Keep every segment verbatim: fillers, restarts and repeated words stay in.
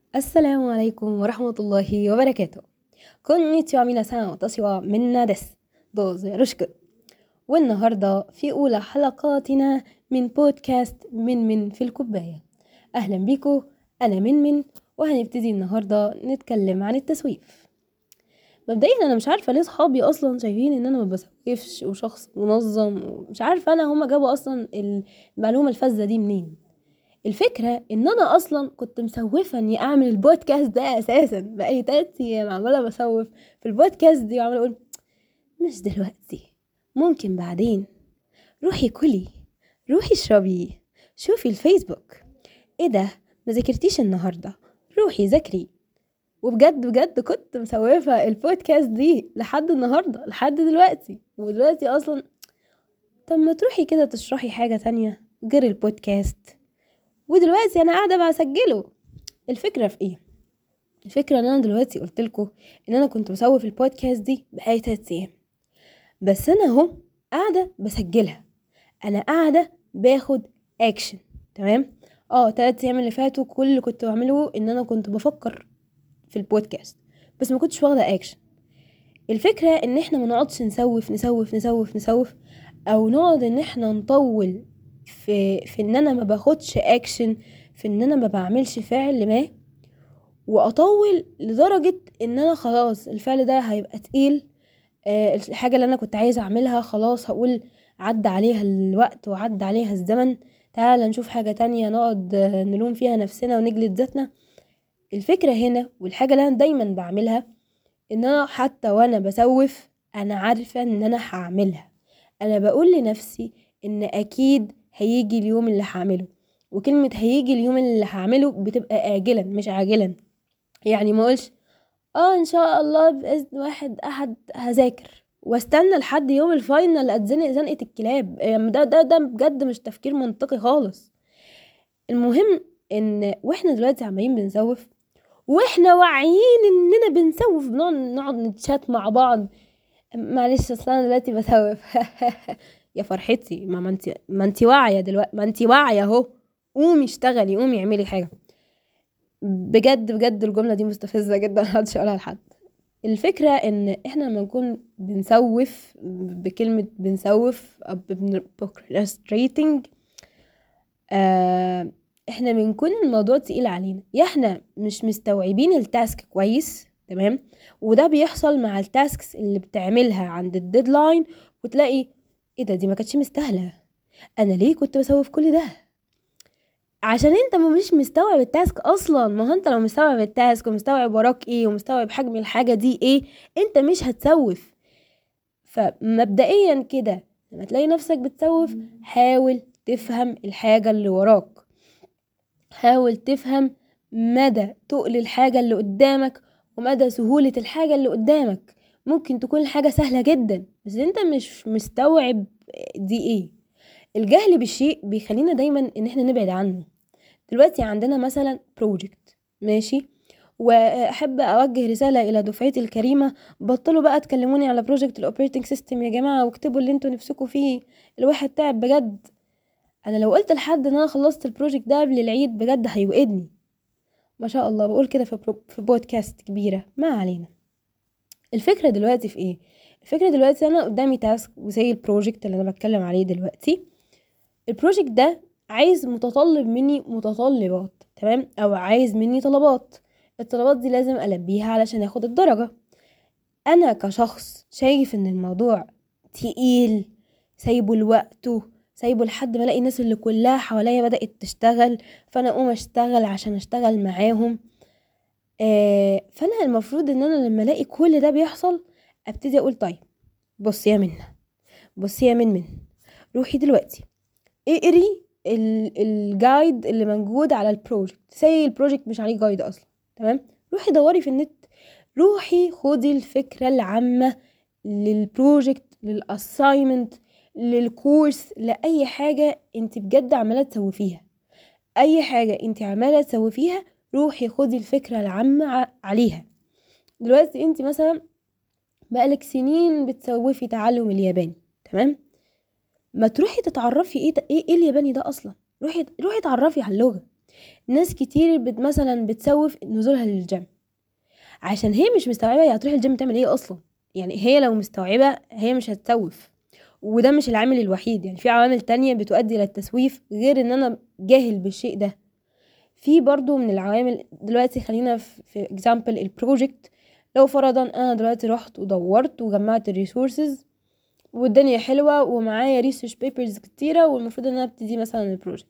السلام عليكم ورحمة الله وبركاته. こんにちは皆さん、私はみんなです。どうぞよろしく. والنهاردة في أولى حلقاتنا من بودكاست من من في الكوباية. أهلا بيكم، أنا من من، وهنبتدي النهاردة نتكلم عن التسويف. مبدئيا أنا مش عارفة ليه صحابي أصلا شايفين إن أنا ما بسوفش وشخص منظم، ومش عارفة أنا هما جابوا أصلا المعلومة الفذة دي منين. الفكرة ان انا اصلا كنت مسوفة اني اعمل البودكاست ده اساسا، بقالي تلات ايام عمالة بسوف في البودكاست دي وعمالة اقول مش دلوقتي، ممكن بعدين، روحي كلي، روحي اشربي، شوفي الفيسبوك، ايه ده ما ذاكرتيش النهاردة، روحي ذاكري. وبجد بجد كنت مسوفة البودكاست دي لحد النهاردة، لحد دلوقتي. ودلوقتي اصلا طب ما تروحي كده تشرحي حاجة تانية غير البودكاست، ودلوقتي انا قاعده بسجله. الفكره في ايه؟ الفكره ان انا دلوقتي قلت لكم ان انا كنت بسوي في البودكاست دي بقالي تلات ايام، بس انا اهو قاعده بسجلها، انا قاعده باخد اكشن. تمام. اه تلات ايام اللي فاتوا كل اللي كنت بعمله ان انا كنت بفكر في البودكاست، بس ما كنتش واخده اكشن. الفكره ان احنا ما نقعدش نسوف نسوف نسوف نسوف او نقعد ان احنا نطول في في ان انا ما باخدش اكشن، في ان انا ما بعملش فعل ما، واطول لدرجة ان انا خلاص الفعل ده هيبقى تقيل. آه الحاجة اللي انا كنت عايزة اعملها خلاص هقول عدى عليها الوقت وعدى عليها الزمن، تعال نشوف حاجة تانية نقعد آه، نلوم فيها نفسنا ونجلد ذاتنا. الفكرة هنا والحاجة اللي انا دايما بعملها ان انا حتى وانا بسوف انا عارفة ان انا هعملها. انا بقول لنفسي ان اكيد هيجي اليوم اللي هعمله، وكلمة هيجي اليوم اللي هعمله بتبقى آجلا مش عاجلا. يعني ما اقولش اه ان شاء الله باذن واحد احد هذاكر واستنى لحد يوم الفاينل اتزنق زنقة الكلاب. يعني ده ده ده بجد مش تفكير منطقي خالص. المهم ان واحنا دلوقتي عمالين بنسوف، واحنا واعيين اننا بنسوف، بنقعد نقعد نتشات مع بعض. معلش اصل انا دلوقتي بسوف. يا فرحتي، ما ما انت ما انت واعيه دلوقتي، ما انت واعيه اهو، قومي اشتغلي، قومي اعملي حاجه. بجد بجد الجمله دي مستفزه جدا، محدش يقولها لحد. الفكره ان احنا لما نكون بنسوف، بكلمه بنسوف او procrastinating، آه احنا بنكون الموضوع تقيل علينا، يا احنا مش مستوعبين التاسك كويس. تمام. وده بيحصل مع التاسكس اللي بتعملها عند الديدلاين، وتلاقي ايه ده، دي ما كانتش مستاهله، انا ليه كنت بسوف كل ده؟ عشان انت ما مش مستوعب التاسك اصلا. ما هو انت لو مستوعب التاسك ومستوعب وراك ايه ومستوعب حجم الحاجه دي ايه، انت مش هتسوف. فمبدئيا كده لما تلاقي نفسك بتسوف، حاول تفهم الحاجه اللي وراك، حاول تفهم مدى تقل الحاجة اللي قدامك ومدى سهولة الحاجة اللي قدامك. ممكن تكون الحاجة سهلة جدا بس انت مش مستوعب دي ايه. الجهل بالشيء بيخلينا دايما ان احنا نبعد عنه. دلوقتي عندنا مثلا بروجكت ماشي، واحب اوجه رسالة الى دفعتي الكريمة، بطلوا بقى تكلموني على بروجكت الاوبريتنج سيستم يا جماعة، واكتبوا اللي انتوا نفسكوا فيه، الواحد تعب بجد. انا لو قلت لحد ان انا خلصت البروجكت ده قبل العيد بجد هيوقدني. ما شاء الله بقول كده في برو... في بودكاست كبيرة، ما علينا. الفكرة دلوقتي في ايه؟ الفكرة دلوقتي انا قدامي تاسك وزي البروجكت اللي انا بتكلم عليه دلوقتي. البروجكت ده عايز متطلب مني متطلبات، تمام، او عايز مني طلبات. الطلبات دي لازم البيها علشان اخد الدرجة. انا كشخص شايف ان الموضوع تقيل، سايبه لوقته، سايبه لحد ما الاقي الناس اللي كلها حواليا بدأت تشتغل، فانا اقوم اشتغل عشان اشتغل معاهم. آه فانا المفروض ان انا لما الاقي كل ده بيحصل ابتدي اقول طيب بصي يا منى، بصي يا من من روحي دلوقتي اقري ال- الجايد اللي موجود على البروجكت. سي البروجكت مش عليه جايد اصلا، تمام، روحي دوري في النت، روحي خدي الفكرة العامة للبروجكت، للاساينمنت، للكورس، لأي حاجة انت بجد عمالة تسوي فيها. اي حاجة انت عمالة تسوي فيها روحي خدي الفكرة العامة ع- عليها. دلوقتي انت مثلا بقالك سنين بتسوفي تعلم الياباني، تمام، ما تروحي تتعرفي ايه ده، ايه, إيه الياباني ده اصلا. روحي روحي اتعرفي على اللغة. ناس كتير بت مثلا بتسوف نزولها للجيم عشان هي مش مستوعبة هي هتروح الجيم تعمل ايه اصلا. يعني هي لو مستوعبة هي مش هتسوف، وده مش العامل الوحيد، يعني في عوامل تانية بتؤدي إلى التسويف غير ان انا جاهل بالشيء ده. في برضو من العوامل دلوقتي، خلينا في في example البروجكت. لو فرضا انا دلوقتي رحت ودورت وجمعت الريسورسز والدنيا حلوة ومعايا ريسيرش بيبرز كتيرة والمفروض ان انا ابتدي مثلا البروجكت،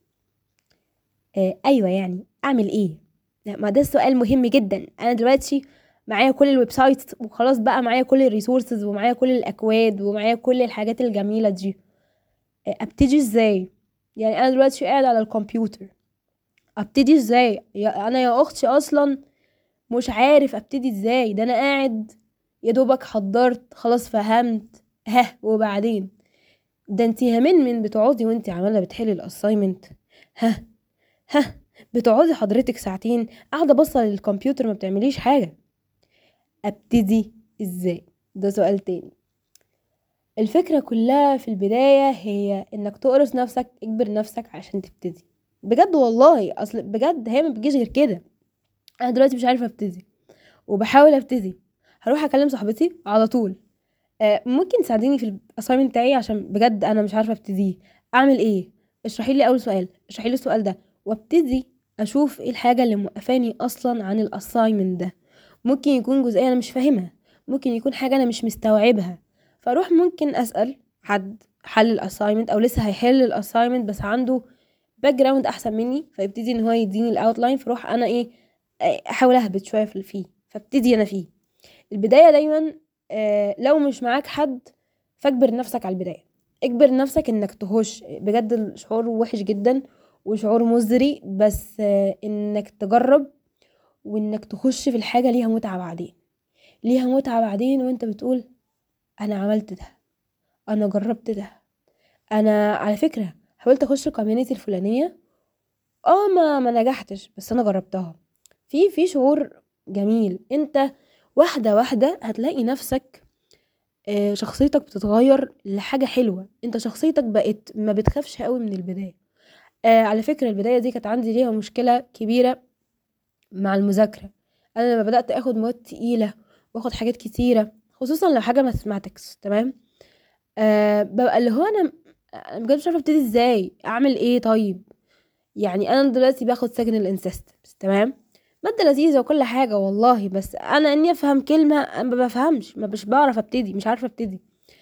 آه ايوه يعني اعمل ايه؟ لا، ما ده السؤال مهم جدا. انا دلوقتي معايا كل الويب سايتس وخلاص، بقى معايا كل الريسورسز ومعايا كل الاكواد ومعايا كل الحاجات الجميلة دي، آه ابتدي ازاي؟ يعني انا دلوقتي قاعد على الكمبيوتر، ابتدي ازاي؟ يا انا يا اختي اصلا مش عارف ابتدي ازاي. ده انا قاعد يا دوبك حضرت خلاص فهمت، ها وبعدين؟ ده انتي همين من بتقعدي وانتي عماله بتحلي الاساينمنت، ها ها بتقعدي حضرتك ساعتين قاعده باصه للكمبيوتر ما بتعمليش حاجه. ابتدي ازاي؟ ده سؤال تاني. الفكره كلها في البدايه هي انك تقرص نفسك، اجبر نفسك عشان تبتدي بجد والله. اصل بجد هي ما بتجيش غير كده. انا دلوقتي مش عارفه ابتدي وبحاول ابتدي، هروح اكلم صاحبتي على طول، آه ممكن تساعديني في الاساينمنت بتاعي عشان بجد انا مش عارفه ابتديه، اعمل ايه؟ اشرحي لي اول سؤال، اشرحي لي السؤال ده، وابتدي اشوف ايه الحاجه اللي موقفاني اصلا عن الاساينمنت ده. ممكن يكون جزئيه انا مش فاهمها، ممكن يكون حاجه انا مش مستوعبها، فاروح ممكن اسال حد حل الاساينمنت او لسه هيحل الاساينمنت بس عنده باك جراوند احسن مني، فيبتدي ان هو يديني الاوتلاين، فاروح انا ايه آه، احاول اهبط شويه في فيه، فابتدي انا فيه. البدايه دايما آه لو مش معاك حد فاجبر نفسك على البدايه، اجبر نفسك انك تخش. بجد الشعور وحش جدا وشعور مزري، بس آه انك تجرب وانك تخش في الحاجه ليها متعه بعدين، ليها متعه بعدين وانت بتقول انا عملت ده، انا جربت ده. انا على فكره حاولت اخش الكوميونتي الفلانيه، اه ما ما نجحتش بس انا جربتها. في في شعور جميل. انت واحده واحده هتلاقي نفسك آه، شخصيتك بتتغير لحاجه حلوه. انت شخصيتك بقت ما بتخافش قوي من البدايه. آه على فكره البدايه دي كانت عندي ليها مشكله كبيره مع المذاكره. انا لما بدات اخد مواد تقيله واخد حاجات كتيره، خصوصا لو حاجه ماثماتكس، تمام، آه ببقى اللي هو انا انا بجد مش عارفه ابتدي ازاي، اعمل ايه طيب؟ يعني انا دلوقتي باخد سكن الانسيستمز، تمام، مادة لذيذة وكل حاجة والله، بس انا اني افهم كلمة انا ما بفهمش، ما مش بعرف ابتدي، مش عارفة ابتدي.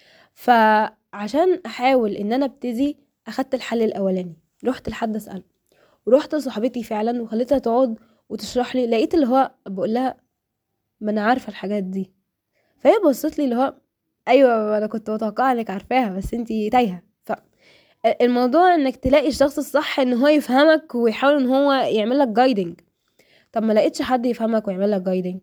فعشان احاول ان انا ابتدي اخدت الحل الاولاني، رحت لحد اساله، ورحت لصاحبتي فعلا وخليتها تقعد وتشرح لي. لقيت اللي هو بقول لها ما انا عارفة الحاجات دي، فهي بصت لي اللي هو ايوه انا كنت متوقعة انك عارفاها بس انتي تايهة. الموضوع انك تلاقي الشخص الصح ان هو يفهمك ويحاول ان هو يعمل لك جايدنج. طب ما لقيتش حد يفهمك ويعمل لك جايدنج،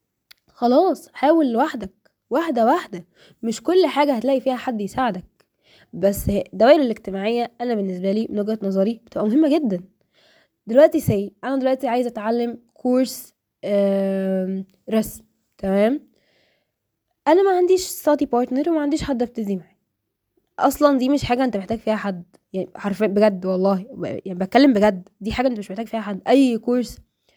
خلاص حاول لوحدك، واحده واحده. مش كل حاجه هتلاقي فيها حد يساعدك، بس الدوائر الاجتماعيه انا بالنسبه لي من وجهه نظري بتبقى مهمه جدا. دلوقتي سي انا دلوقتي عايزه اتعلم كورس آم، رسم، تمام، انا ما عنديش ستادي بارتنر وما عنديش حد ابتدي معاه. اصلا دي مش حاجه انت محتاج فيها حد، يعني حرفيا بجد والله ب- يعني بتكلم بجد، دي حاجه انت مش محتاج فيها حد. اي كورس،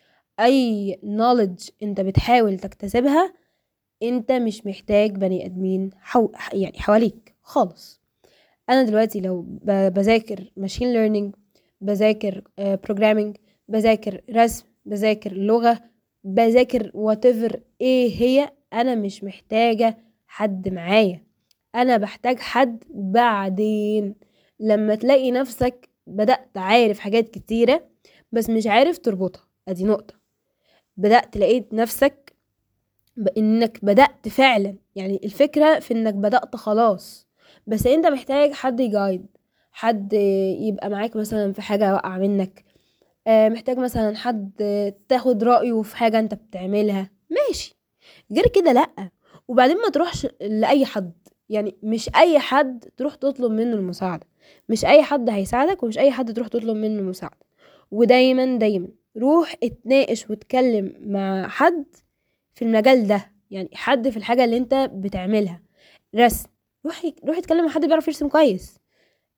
اي knowledge انت بتحاول تكتسبها، انت مش محتاج بني ادمين حو... يعني حواليك خالص. انا دلوقتي لو ب... بذاكر ماشين ليرنينج، بذاكر بروجرامينج، بذاكر رسم، بذاكر لغة، بذاكر whatever ايه هي، انا مش محتاجة حد معايا. انا بحتاج حد بعدين لما تلاقي نفسك بدأت عارف حاجات كتيرة بس مش عارف تربطها. ادي نقطة. بدأت لقيت نفسك بانك بدأت فعلا، يعني الفكرة في انك بدأت خلاص، بس انت محتاج حد يجايد، حد يبقى معاك مثلا في حاجة واقعة منك، آه، محتاج مثلا حد تاخد رأيه في حاجة انت بتعملها، ماشي، غير كده لأ. وبعدين ما تروحش لأي حد، يعني مش أي حد تروح تطلب منه المساعدة، مش أي حد هيساعدك ومش أي حد تروح تطلب منه المساعدة. ودايما دايما روح اتناقش واتكلم مع حد في المجال ده، يعني حد في الحاجة اللي انت بتعملها. رسم، روح روح اتكلم مع حد بيعرف يرسم كويس.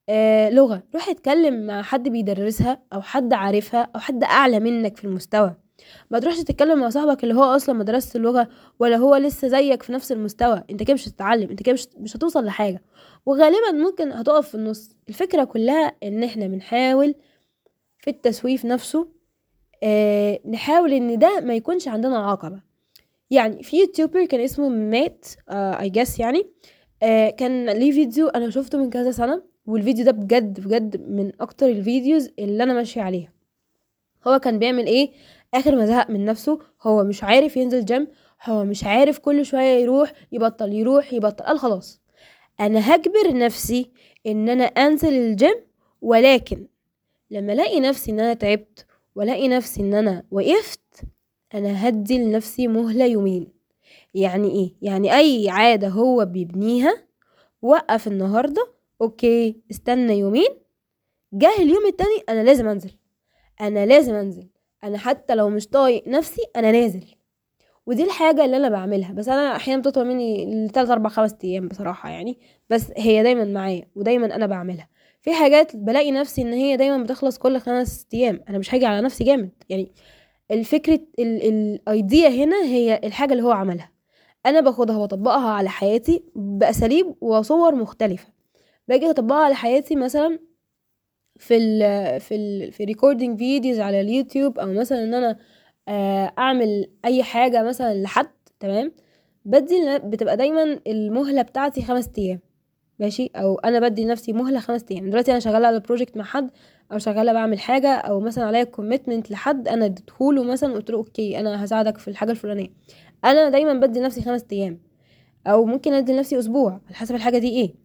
آه لغة، روح اتكلم مع حد بيدرسها او حد عارفها او حد اعلى منك في المستوى. ما تروحش تتكلم مع صاحبك اللي هو اصلا ما درسش اللغة ولا هو لسه زيك في نفس المستوى. انت كده مش هتتعلم، انت كده مش, مش هتوصل لحاجة، وغالبا ممكن هتقف في النص. الفكرة كلها ان احنا بنحاول في التسويف نفسه آه نحاول ان ده ما يكونش عندنا عقبة. يعني في يوتيوبر كان اسمه مات اي جاس يعني، آه كان ليه فيديو انا شفته من كذا سنة، والفيديو ده بجد بجد من اكتر الفيديوز اللي انا ماشية عليها. هو كان بيعمل ايه اخر ما زهق من نفسه؟ هو مش عارف ينزل جيم، هو مش عارف، كل شوية يروح يبطل يروح يبطل، قال خلاص انا هجبر نفسي ان انا انزل الجيم، ولكن لما الاقي نفسي ان انا تعبت والاقي نفسي ان انا وقفت، انا هدي لنفسي مهلة يومين. يعني ايه؟ يعني اي عادة هو بيبنيها وقف النهاردة، اوكي استنى يومين، جه اليوم التاني انا لازم انزل، انا لازم انزل، انا حتى لو مش طايق نفسي انا نازل. ودي الحاجة اللي انا بعملها، بس انا احيانا بتطول مني لتلات اربع خمس ايام بصراحة يعني، بس هي دايما معايا ودايما انا بعملها. في حاجات بلاقي نفسي ان هي دايما بتخلص كل خمس ايام، انا مش هاجي على نفسي جامد يعني. الفكرة الايديا هنا هي الحاجة اللي هو عملها، انا باخدها واطبقها على حياتي باساليب وصور مختلفة. باجي اطبقها على حياتي مثلا في ال في ال في ريكوردينج فيديوز على اليوتيوب، او مثلا ان انا آه، اعمل اي حاجة مثلا لحد، تمام. بدي بتبقى دايما المهلة بتاعتي خمس ايام، ماشي، او انا بدي لنفسي مهلة خمس ايام. دلوقتي انا شغالة على بروجكت مع حد، او شغالة بعمل حاجة، او مثلا عليا كوميتمنت لحد انا اديتهوله، مثلا قلت له اوكي انا هساعدك في الحاجة الفلانية، انا دايما بدي لنفسي خمس ايام، او ممكن ادي لنفسي اسبوع على حسب الحاجة دي ايه.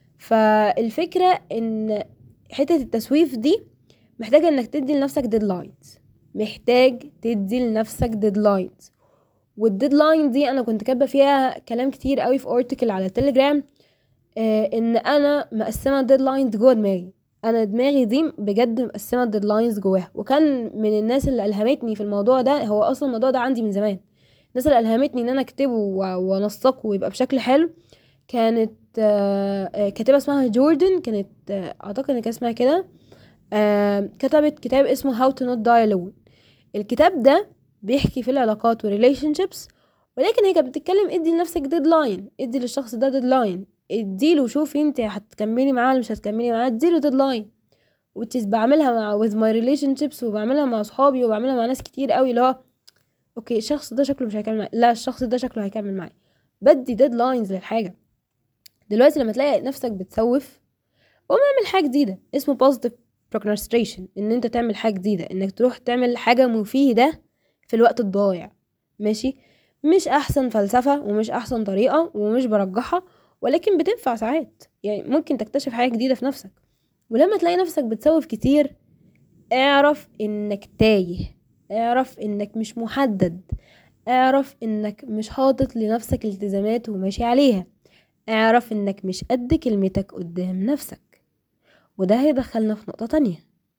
فالفكرة ان حتة التسويف دي محتاجة انك تدي لنفسك ديدلاينز، محتاج تدي لنفسك ديدلاينز. والديدلاين دي انا كنت كاتبة فيها كلام كتير قوي في ارتكل على تليجرام، آه ان انا مقسمة ديدلاينز جوه دماغي. انا دماغي دي بجد مقسمة ديدلاينز جواها، وكان من الناس اللي الهمتني في الموضوع ده، هو اصلا الموضوع ده عندي من زمان، الناس اللي الهمتني ان انا اكتبه وانسقه ويبقى بشكل حلو كانت آه، آه، كاتبة اسمها جوردن، كانت آه، اعتقد ان كان اسمها كده. آه، كتبت كتاب اسمه How to Not Die Alone. الكتاب ده بيحكي في العلاقات والريليشن شيبس، ولكن هي كانت بتتكلم ادي لنفسك ديدلاين، ادي للشخص ده ديدلاين، اديله، شوفي انت هتكملي معاه ولا مش هتكملي معاه، اديله ديدلاين. وتس بعملها مع with my relationships، وبعملها مع اصحابي، وبعملها مع ناس كتير قوي، اللي هو اوكي الشخص ده شكله مش هيكمل معايا، لا الشخص ده شكله هيكمل معايا، بدي ديدلاينز للحاجه. دلوقتي لما تلاقي نفسك بتسوف، قوم اعمل حاجة جديدة اسمه positive procrastination، ان انت تعمل حاجة جديدة، انك تروح تعمل حاجة مفيدة في الوقت الضايع، ماشي. مش احسن فلسفة ومش احسن طريقة ومش برجحها، ولكن بتنفع ساعات، يعني ممكن تكتشف حاجة جديدة في نفسك. ولما تلاقي نفسك بتسوف كتير، اعرف انك تايه، اعرف انك مش محدد، اعرف انك مش حاطط لنفسك التزامات وماشي عليها، اعرف انك مش قد كلمتك قدام نفسك. وده هيدخلنا في نقطة تانية،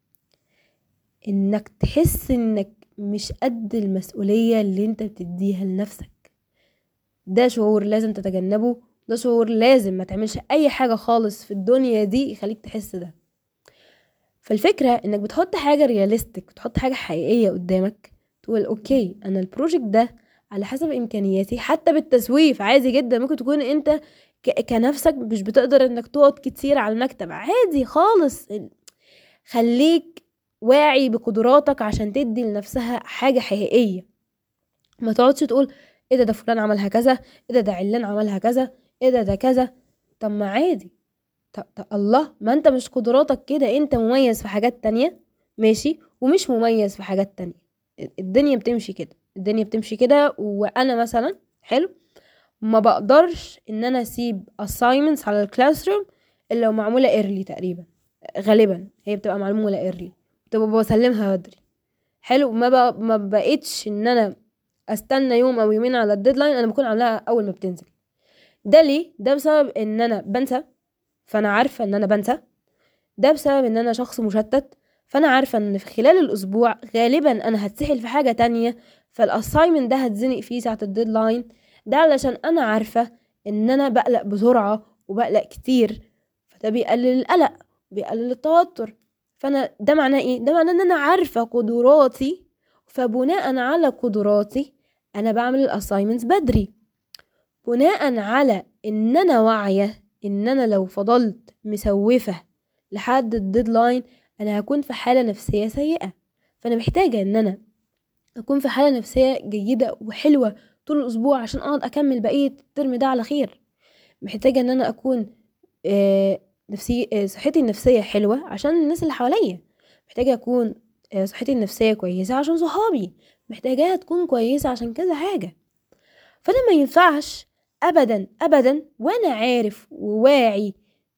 انك تحس انك مش قد المسؤولية اللي انت بتديها لنفسك. ده شعور لازم تتجنبه، ده شعور لازم ما تعملش اي حاجة خالص في الدنيا دي يخليك تحس ده. فالفكرة انك بتحط حاجة رياليستيك، تحط حاجة حقيقية قدامك، تقول اوكي انا البروجكت ده على حسب امكانياتي، حتى بالتسويف عادي جدا. ممكن تكون انت ك- كنفسك مش بتقدر انك تقعد كتير على المكتب، عادي خالص. خليك واعي بقدراتك عشان تدي لنفسها حاجة حقيقية. ما تقعدش تقول ايه ده ده فلان عملها كذا، ايه ده ده علان عملها كذا، ايه ده ده كذا. طب ما عادي، طب طب الله، ما انت مش قدراتك كده، انت مميز في حاجات تانية، ماشي، ومش مميز في حاجات تانية. الدنيا بتمشي كده، الدنيا بتمشي كده. وانا مثلا حلو، ما بقدرش ان انا اسيب assignments على الكلاس روم الا لو معموله early تقريبا. غالبا هي بتبقى معموله early، بتبقى بسلمها بدري. حلو، ما بق... ما بقيتش ان انا استنى يوم او يومين على الديدلاين، انا بكون عاملاها اول ما بتنزل. ده ليه؟ ده بسبب ان انا بنسى، فانا عارفه ان انا بنسى. ده بسبب ان انا شخص مشتت، فانا عارفه ان في خلال الاسبوع غالبا انا هتسحل في حاجه تانية، فالاساينمنت ده هتزنق فيه ساعه الديدلاين. ده علشان انا عارفه ان انا بقلق بسرعه وبقلق كتير، فده بيقلل القلق. بيقلل التوتر. فانا ده معناه ايه؟ ده معناه ان انا عارفة قدراتي، فبناء على قدراتي انا بعمل الاساينمنتس بدري، بناء على ان انا واعية ان انا لو فضلت مسوفة لحد الديدلاين انا هكون في حالة نفسية سيئة. فانا محتاجة ان انا اكون في حالة نفسية جيدة وحلوة طول الاسبوع عشان اقعد اكمل بقية الترم ده على خير. محتاجة ان انا اكون آه نفسي آه صحتي النفسية حلوة عشان الناس اللي حواليا. محتاجة اكون آه صحتي النفسية كويسة عشان صحابي. محتاجاها تكون كويسة عشان كذا حاجة. فانا ما ينفعش ابدا ابدا وانا عارف وواعي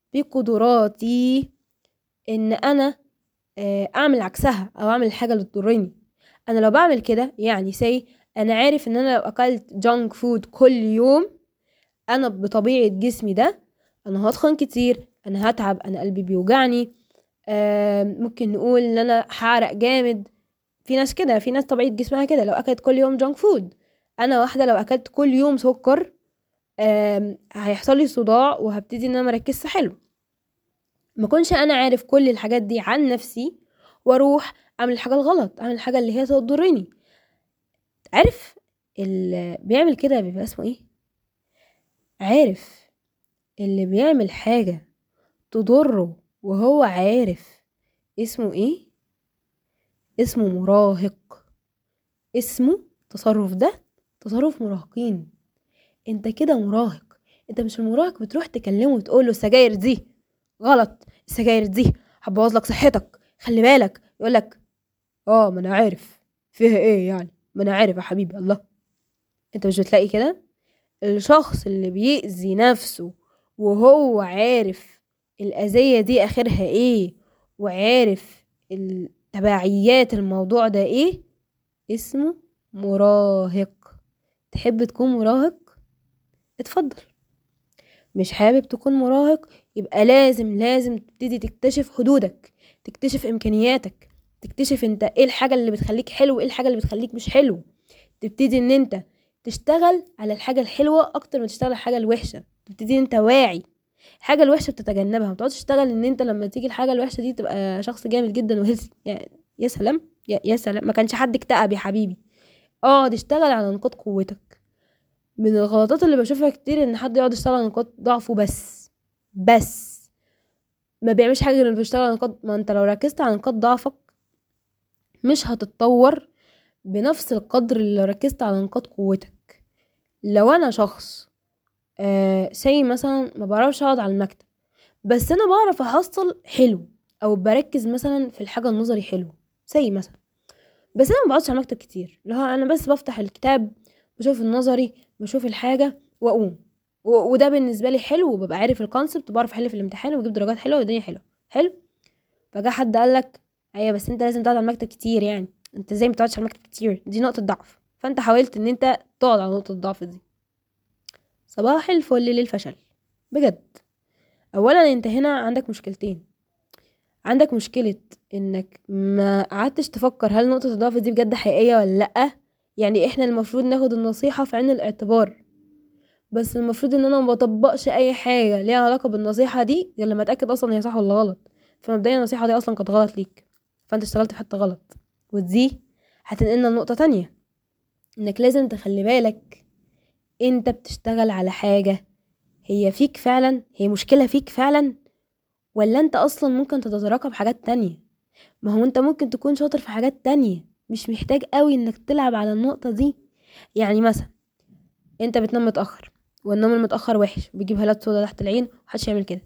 بقدراتي ان انا آه اعمل عكسها او اعمل الحاجة اللي تضرني. انا لو بعمل كده يعني سي انا عارف ان انا لو اكلت جانك فود كل يوم انا بطبيعة جسمي ده انا هتخن كتير، انا هتعب، انا قلبي بيوجعني، آه ممكن نقول ان انا هعرق جامد. في ناس كده، في ناس طبيعة جسمها كده لو اكلت كل يوم جانك فود. انا واحدة لو اكلت كل يوم سكر آه هيحصل لي صداع وهبتدي ان انا مركزش حلو. ما كنش انا عارف كل الحاجات دي عن نفسي واروح اعمل الحاجة الغلط، اعمل الحاجة اللي هي تضرني. عارف اللي بيعمل كده بيبقى اسمه ايه؟ عارف اللي بيعمل حاجة تضره وهو عارف اسمه ايه؟ اسمه مراهق. اسمه تصرف ده تصرف مراهقين. انت كده مراهق. انت مش المراهق بتروح تكلمه وتقوله السجاير دي غلط، السجاير دي هتبوظ لك صحتك، خلي بالك. يقولك اه ما انا عارف، فيها ايه يعني، ما انا عارف يا حبيبي. الله، انت مش بتلاقي كده الشخص اللي بيأذي نفسه وهو عارف الأذية دي آخرها ايه وعارف تبعيات الموضوع ده ايه؟ اسمه مراهق. تحب تكون مراهق؟ اتفضل. مش حابب تكون مراهق؟ يبقى لازم لازم تبتدي تكتشف حدودك، تكتشف إمكانياتك، تكتشف انت ايه الحاجة اللي بتخليك حلو وايه الحاجة اللي بتخليك مش حلو. تبتدي ان انت تشتغل على الحاجة الحلوة اكتر ما تشتغل على الحاجة الوحشة. تبتدي انت واعي الحاجة الوحشة بتتجنبها. ما تقعدش تشتغل ان انت لما تيجي الحاجة الوحشة دي تبقى شخص جامد جدا وهيلثي يعني. يا سلام، يا, يا سلام، ما كانش حد اكتئب يا حبيبي. اقعد اشتغل على نقاط قوتك. من الغلطات اللي بشوفها كتير ان حد يقعد يشتغل على نقاط ضعفه بس بس ما بيعملش حاجه غير انه بيشتغل على نقاط. ما انت لو ركزت على نقاط ضعفك مش هتتطور بنفس القدر اللي لو ركزت على نقاط قوتك. لو انا شخص آه سي مثلا ما بعرفش اقعد على المكتب بس انا بعرف احصل حلو، او بركز مثلا في الحاجه النظري حلو سي مثلا، بس انا ما بقعدش على المكتب كتير، اللي هو انا بس بفتح الكتاب بشوف النظري بشوف الحاجه واقوم، و- وده بالنسبه لي حلو وببقى عارف الكونسبت وبعرف احل في الامتحان وبجيب درجات حلوه والدنيا حلوه حلو. فجاء حد قالك ايوه بس انت لازم تقعد على المكتب كتير، يعني انت ازاي ما بتقعدش على المكتب كتير؟ دي نقطه ضعف. فانت حاولت ان انت تقعد على نقطه الضعف دي. صباح الفل للفشل بجد. اولا انت هنا عندك مشكلتين. عندك مشكلة انك ما قعدتش تفكر هل نقطة الضعف دي بجد حقيقية ولا لأ. يعني احنا المفروض ناخد النصيحة في عين الاعتبار، بس المفروض ان انا ما بطبقش اي حاجة ليها علاقة بالنصيحة دي غير لما اتأكد اصلا هي صح ولا غلط. فمبدئيا النصيحة دي اصلا كانت غلط ليك، فانت اشتغلت في حتة غلط. ودي هتنقلنا لنقطة تانية، انك لازم تخلي بالك انت بتشتغل على حاجة هي فيك فعلا، هي مشكلة فيك فعلا، ولا انت اصلا ممكن تتراكم حاجات تانية. ما هو انت ممكن تكون شاطر في حاجات تانية مش محتاج قوي انك تلعب على النقطة دي. يعني مثلا انت بتنام متأخر والنوم المتأخر وحش وبيجيب هالات سودا تحت العين ومحدش يعمل كده،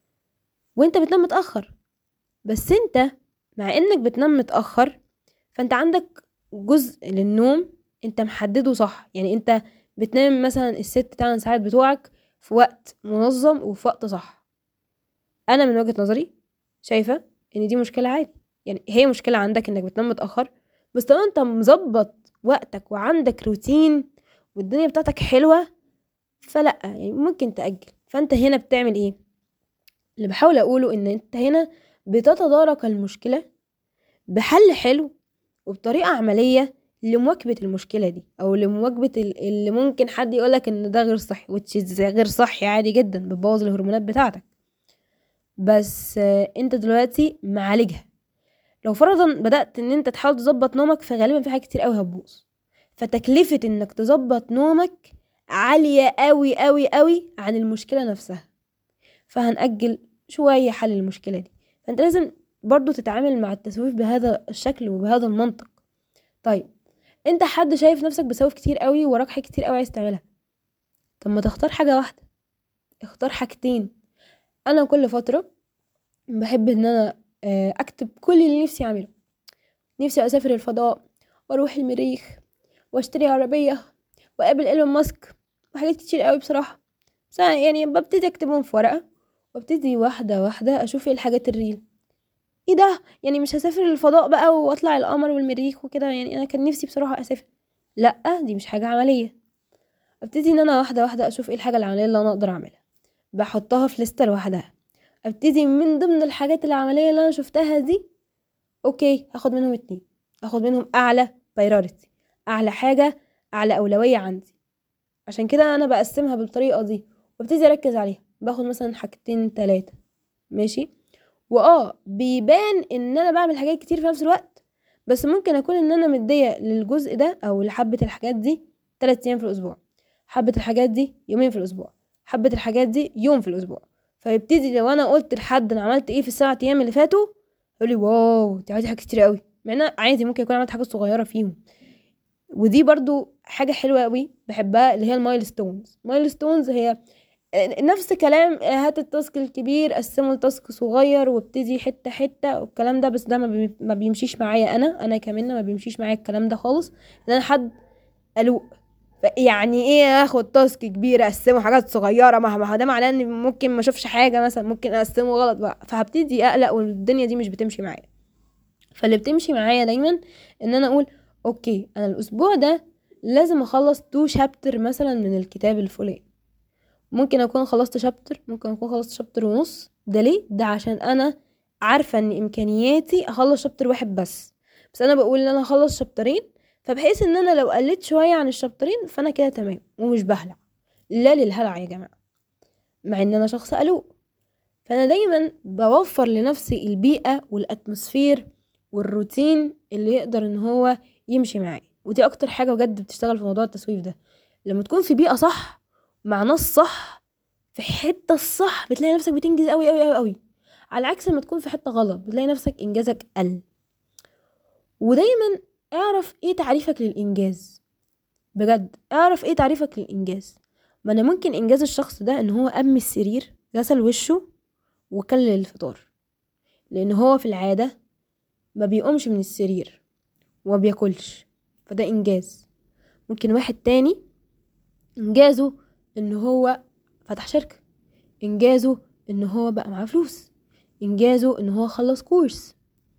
وانت بتنام متأخر. بس انت مع انك بتنام متأخر فانت عندك جزء للنوم انت محدده صح. يعني انت بتنام مثلا الست تمن ساعات بتوعك في وقت منظم وفي وقت صح. انا من وجهة نظري شايفة ان دي مشكلة عادي. يعني هي مشكلة عندك انك بتنام متأخر، بس طالما انت مظبط وقتك وعندك روتين والدنيا بتاعتك حلوة فلا يعني ممكن تأجل. فانت هنا بتعمل ايه؟ اللي بحاول اقوله ان انت هنا بتتدارك المشكلة بحل حلو وبطريقة عملية لمواكبة المشكلة دي، او لمواكبة ال- اللي ممكن حد يقولك ان ده غير صحي، which is غير صحي عادي جدا، بتبوظ الهرمونات بتاعتك. بس آه، انت دلوقتي معالجها. لو فرضا بدأت ان انت تحاول تظبط نومك، فغالبا في حاجات كتير قوي هتبوظ. فتكلفة انك تظبط نومك عالية قوي قوي قوي عن المشكلة نفسها، فهنأجل شوية حل المشكلة دي. فانت لازم برضو تتعامل مع التسويف بهذا الشكل وبهذا المنطق. طيب انت حد شايف نفسك بتسوف كتير قوي وراك حاجات كتير قوي عايز تعملها، طب ما تختار حاجة واحدة، اختار حاجتين. انا كل فترة بحب ان انا آه، اكتب كل اللي نفسي اعمله. نفسي اسافر الفضاء، واروح المريخ، واشتري عربية، وقابل ايلون ماسك، وحاجات كتير قوي بصراحة. بس أنا يعني ببتدي اكتبهم في ورقة، وابتدي واحدة واحدة اشوف ايه الحاجات الريل. ايه ده؟ يعني مش هسافر الفضاء بقى واطلع القمر والمريخ وكده؟ يعني انا كان نفسي بصراحة اسافر. لا، دي مش حاجة عملية. ابتدي ان انا واحدة واحدة اشوف ايه الحاجة العملية اللي انا اقدر اعملها، بحطها في لستة لوحدها. ابتدي من ضمن الحاجات العملية اللي انا شفتها دي، اوكي هاخد منهم اتنين، هاخد منهم اعلى بايروريتي، اعلى حاجة، اعلى اولوية عندي. عشان كده انا بقسمها بالطريقة دي، وابتدي اركز عليها. باخد مثلا حاجتين تلاتة، ماشي. واه بيبان ان انا بعمل حاجات كتير في نفس الوقت، بس ممكن اكون ان انا مدية للجزء ده او لحبة الحاجات دي تلات ايام في الاسبوع، حبة الحاجات دي يومين في الاسبوع، حبة الحاجات دي يوم في الاسبوع. فيبتدي لو انا قلت لحد انا عملت ايه في السبع ايام اللي فاتوا، يقول لي واو انت عملتي حاجات كتير قوي، مع ان عادي ممكن يكون عملت حاجات صغيرة فيهم. ودي برضو حاجة حلوة قوي بحبها، اللي هي المايلستونز. مايلستونز هي نفس كلام هات التاسك الكبير قسمه لتاسك صغير وابتدي حته حته والكلام ده، بس ده ما, بي ما بيمشيش معايا. انا انا كمان ما بيمشيش معايا الكلام ده خالص، لان انا حد قلوق. يعني ايه اخد تاسك كبير اقسمه حاجات صغيره؟ ما ما هو ده معناه ان ممكن ما اشوفش حاجه، مثلا ممكن اقسمه غلط بقى، فهبتدي اقلق والدنيا دي مش بتمشي معايا. فاللي بتمشي معايا دايما ان انا اقول اوكي انا الاسبوع ده لازم اخلص تو شابتر مثلا من الكتاب الفلاني. ممكن اكون خلصت شابتر، ممكن اكون خلصت شابتر ونص. ده ليه؟ ده عشان انا عارفه ان امكانياتي اخلص شابتر واحد بس، بس انا بقول ان انا اخلص شابترين، فبحيث ان انا لو قلت شويه عن الشابترين فانا كده تمام ومش بهلع. لا للهلع يا جماعه، مع ان انا شخص قلوق. فانا دايما بوفر لنفسي البيئه والاتموسفير والروتين اللي يقدر ان هو يمشي معايا. ودي اكتر حاجه بجد بتشتغل في موضوع التسويف ده. لما تكون في بيئه صح مع ناس صح في حته الصح، بتلاقي نفسك بتنجز قوي قوي قوي قوي، على عكس لما تكون في حته غلط بتلاقي نفسك انجازك قل. ودايما اعرف ايه تعريفك للانجاز. بجد اعرف ايه تعريفك للانجاز. ما انا ممكن انجاز الشخص ده ان هو قام من السرير غسل وشه وكل الفطار، لان هو في العاده ما بيقومش من السرير وما بياكلش، فده انجاز. ممكن واحد تاني انجازه ان هو فتح شركه، انجازه ان هو بقى معاه فلوس، انجازه ان هو خلص كورس.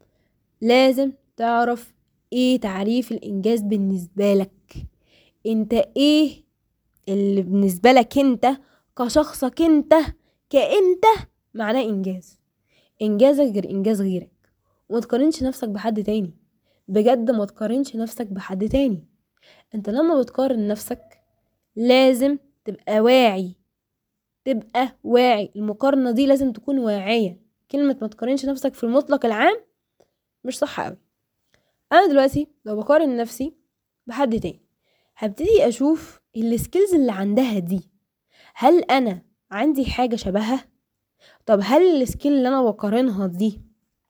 لازم تعرف ايه تعريف الانجاز بالنسبه لك. انت ايه اللي بالنسبه لك انت كشخصك انت كانت معناه انجاز؟ انجازك غير انجاز غيرك. وما تقارنش نفسك بحد تاني، بجد ما تقارنش نفسك بحد تاني. انت لما بتقارن نفسك لازم تبقى واعي، تبقى واعي. المقارنة دي لازم تكون واعية. كلمة ما تقارنش نفسك في المطلق العام مش صح قوي. انا دلوقتي لو بقارن نفسي بحد تاني، هبتدي اشوف السكيلز اللي عندها دي، هل انا عندي حاجة شبهها؟ طب هل السكيل اللي انا بقارنها دي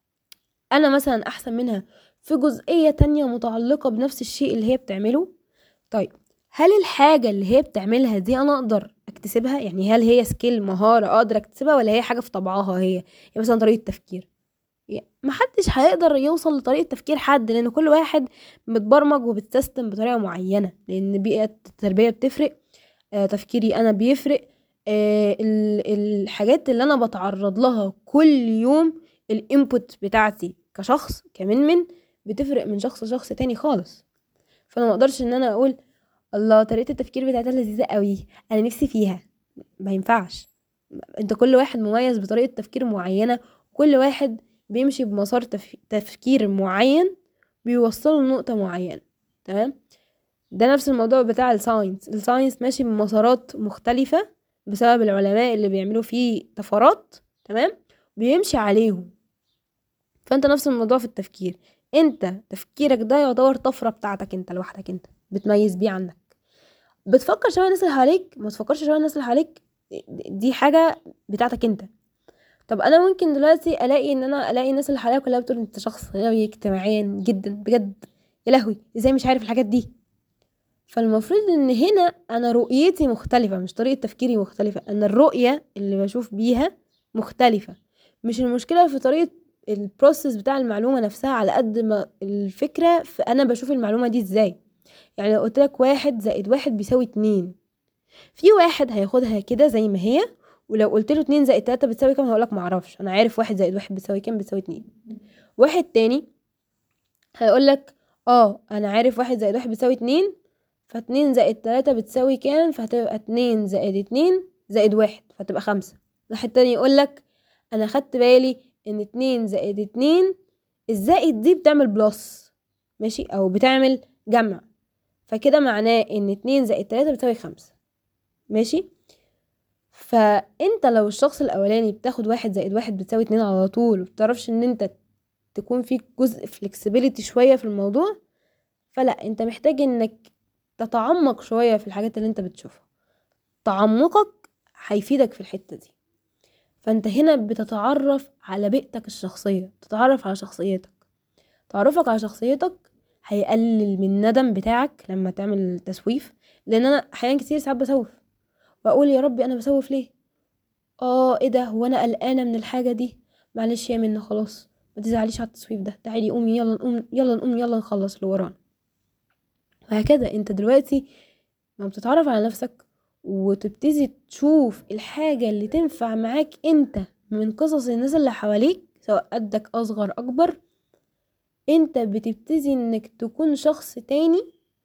انا مثلا احسن منها في جزئية تانية متعلقة بنفس الشيء اللي هي بتعمله؟ طيب هل الحاجة اللي هي بتعملها دي انا اقدر اكتسبها؟ يعني هل هي سكيل مهارة اقدر اكتسبها، ولا هي حاجة في طبعها هي؟ يعني مثلا طريقة تفكير، يعني محدش هيقدر يوصل لطريقة تفكير حد، لان كل واحد متبرمج وبتسيستم بطريقة معينة، لان بيئة التربية بتفرق، آه تفكيري انا بيفرق، آه الحاجات اللي انا بتعرض لها كل يوم، الانبوت بتاعتي كشخص كمن بتفرق من شخص لشخص تاني خالص. فانا ما اقدرش ان انا اقول الله طريقة التفكير بتاعتها لذيذة قوي انا نفسي فيها. ما ينفعش. انت كل واحد مميز بطريقة تفكير معينة، كل واحد بيمشي بمسار تف... تفكير معين بيوصله لنقطة معينة. تمام. ده نفس الموضوع بتاع الساينس. الساينس ماشي بمسارات مختلفة بسبب العلماء اللي بيعملوا فيه طفرات. تمام. بيمشي عليهم. فانت نفس الموضوع في التفكير، انت تفكيرك ده يعتبر طفرة بتاعتك انت لوحدك، انت بتميز بيه عنك. بتفكر شبه الناس اللي حواليك، ما تفكرش شبه الناس اللي حواليك، دي حاجة بتاعتك انت. طب انا ممكن دلوقتي الاقي ان انا الاقي الناس اللي حواليا كلها بتقول انت شخص غبي اجتماعيا جدا بجد، يا لهوي ازاي مش عارف الحاجات دي. فالمفروض ان هنا انا رؤيتي مختلفة، مش طريقة تفكيري مختلفة، انا الرؤية اللي بشوف بيها مختلفة. مش المشكلة في طريقة البروسيس بتاع المعلومة نفسها، على قد ما الفكرة في انا بشوف المعلومة دي ازاي. يعني لو قلتلك واحد زائد واحد بيساوي اتنين، في واحد هياخدها كده زي ما هي، ولو قلت له اتنين زائد تلاتة بتساوي كام هقولك معرفش، انا عارف واحد زائد واحد بتساوي كام، بتساوي اتنين. واحد تاني هيقولك اه انا عارف واحد زائد واحد بتساوي اتنين، فاتنين زائد تلاتة بتساوي كام، فهتبقى اتنين زائد اتنين زائد واحد فتبقى خمسة. واحد تاني يقولك انا خدت بالي ان اتنين زائد اتنين الزائد دي بتعمل بلس، ماشي، او بتعمل جمع، فكده معناه ان اتنين زائد تلاتة بتساوي خمسة، ماشي. فانت لو الشخص الاولاني بتاخد واحد زائد واحد بتساوي اتنين على طول، وبتعرفش ان انت تكون فيك جزء فلكسبيليتي شوية في الموضوع، فلا انت محتاج انك تتعمق شوية في الحاجات اللي انت بتشوفها. تعمقك هيفيدك في الحتة دي. فانت هنا بتتعرف على بيئتك الشخصية، تتعرف على شخصيتك. تعرفك على شخصيتك هيقلل من الندم بتاعك لما تعمل تسويف. لان انا احيانا كتير ساعات بسوف واقول يا ربي انا بسوف ليه، اه ايه ده، هو انا قلقانه من الحاجه دي، معلش يا منى خلاص ما تزعليش على التصويف ده، تعالي قومي يلا نقوم يلا نقوم يلا نخلص اللي ورانا. وهكذا انت دلوقتي لما بتتعرف على نفسك وتبتدي تشوف الحاجه اللي تنفع معاك انت من قصص الناس اللي حواليك، سواء قدك اصغر اكبر، انت بتبتدي انك تكون شخص تاني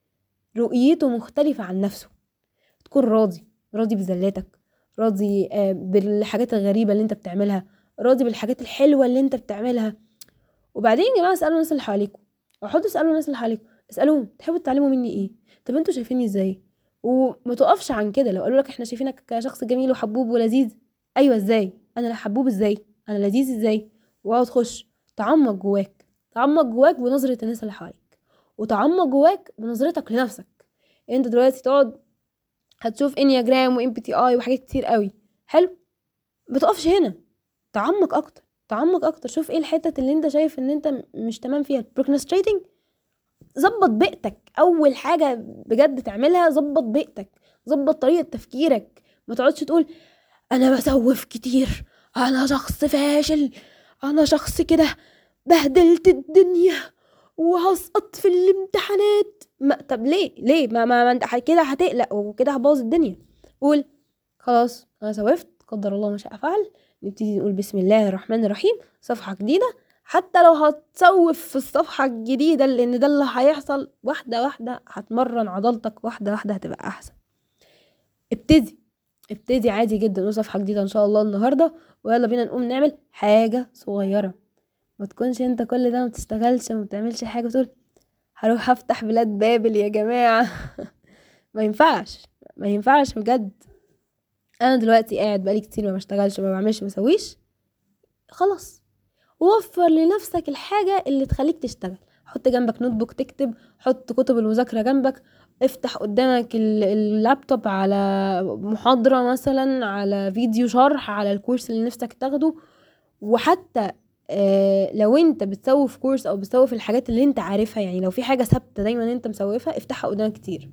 رؤيته مختلفه عن نفسه. تكون راضي راضي بذلاتك، راضي آه، بالحاجات الغريبة اللي انت بتعملها، راضي بالحاجات الحلوة اللي انت بتعملها. وبعدين يا جماعة اسألوا الناس اللي حواليكم، او حطوا اسألوا الناس اللي حواليكم، اسألوهم تحبوا تتعلموا مني ايه، طب انتوا شايفيني ازاي. وما تقفش عن كده، لو قالوا لك احنا شايفينك كشخص جميل وحبوب ولذيذ، ايوه ازاي انا لا حبوب ازاي، انا لذيذ ازاي، واقعد تخش تعمق جواك، تعمق جواك بنظرة الناس اللي حواليك، وتعمق جواك بنظرتك لنفسك. انت دلوقتي تقعد هتشوف انياجرام وام بي تي اي وحاجات كتير قوي، حلو، بتقفش هنا، تعمق اكتر تعمق اكتر، شوف ايه الحتت اللي انت شايف ان انت م- مش تمام فيها. procrastinating، ظبط بيئتك اول حاجه بجد تعملها، ظبط بيئتك، ظبط طريقه تفكيرك. ما تقعدش تقول انا بسوف كتير، انا شخص فاشل، انا شخص كده بهدلت الدنيا وهسقط في الامتحانات. ما طب ليه ليه ما ما, ما انت ح- كده هتقلق وكده هبوظ الدنيا. قول خلاص انا سوفت، قدر الله ما شاء فعل، نبتدي نقول بسم الله الرحمن الرحيم، صفحة جديدة. حتى لو هتسوف في الصفحة الجديدة، لان ده اللي هيحصل، واحدة واحدة هتمرن عضلتك، واحدة واحدة هتبقى احسن. ابتدي ابتدي عادي جدا، وصفحة جديدة ان شاء الله النهاردة، ويلا بينا نقوم نعمل حاجة صغيرة. ما تكونش انت كل ده ما بتشتغلش وما بتعملش حاجة وتقول هروح افتح بلاد بابل يا جماعة. ما ينفعش ما ينفعش بجد. انا دلوقتي قاعد بقالي كتير ما بشتغلش وما بعملش ما بسويش، خلاص وفر لنفسك الحاجة اللي تخليك تشتغل. حط جنبك نوت بوك تكتب، حط كتب المذاكرة جنبك، افتح قدامك ال- اللابتوب على محاضرة مثلا، على فيديو شرح على الكورس اللي نفسك تاخده. وحتى آه لو انت بتسوي في كورس او بتسوي في الحاجات اللي انت عارفها، يعني لو في حاجة ثابتة دايما انت مسوفها افتحها قدامك كتير،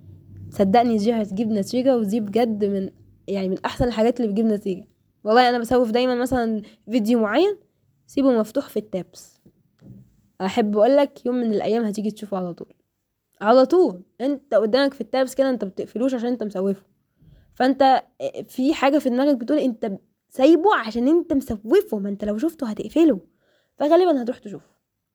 صدقني دي هتجيب نتيجة، ودي بجد من يعني من احسن الحاجات اللي بتجيب نتيجة. والله انا بسوف دايما مثلا فيديو معين سيبه مفتوح في التابس، احب اقولك يوم من الايام هتيجي تشوفه على طول، على طول انت قدامك في التابس كده، انت بتقفلوش عشان انت مسوفه. فانت في حاجة في دماغك بتقول انت سايبه عشان انت مسوفه، ما انت لو شفته هتقفله، فغالبا هتروح تشوفه.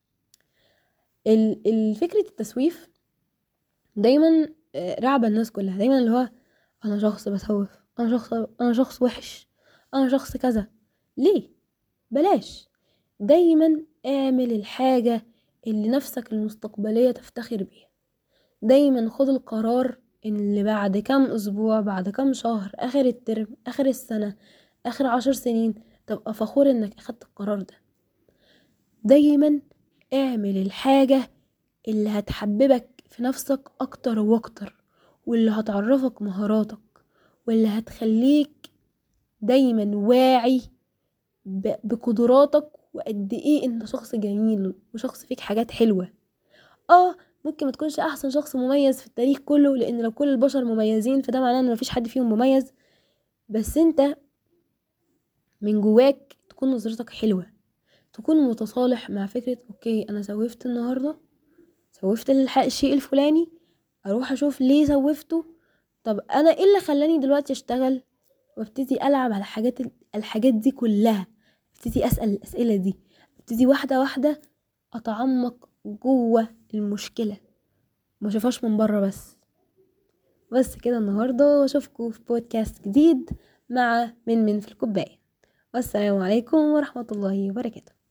ال- الفكرة التسويف دايما آه، رعب الناس كلها، دايما اللي هو انا شخص بسوف، انا شخص انا شخص وحش، انا شخص كذا. ليه؟ بلاش. دايما اعمل الحاجة اللي نفسك المستقبلية تفتخر بيها. دايما خد القرار ان اللي بعد كام اسبوع، بعد كام شهر، اخر الترم، اخر السنة، اخر عشر سنين، تبقى فخور انك اخدت القرار ده. دايما اعمل الحاجة اللي هتحببك في نفسك اكتر واكتر، واللي هتعرفك مهاراتك، واللي هتخليك دايما واعي بقدراتك وقد ايه انت شخص جميل وشخص فيك حاجات حلوة. اه ممكن ما تكونش احسن شخص مميز في التاريخ كله، لان لو كل البشر مميزين فده معناه ان مفيش حد فيهم مميز، بس انت من جواك تكون نظرتك حلوة، تكون متصالح مع فكرة اوكي انا سوفت النهاردة، سوفت الشيء الفلاني، اروح اشوف ليه سوفته، طب انا ايه اللي خلاني دلوقتي اشتغل، وابتدي العب على حاجات الحاجات دي كلها، ابتدي اسأل الاسئلة دي، ابتدي واحدة واحدة اتعمق جوه المشكلة، ما اشوفهاش من بره بس. بس كده النهاردة، واشوفكم في بودكاست جديد مع من من في الكوباية، والسلام عليكم ورحمة الله وبركاته.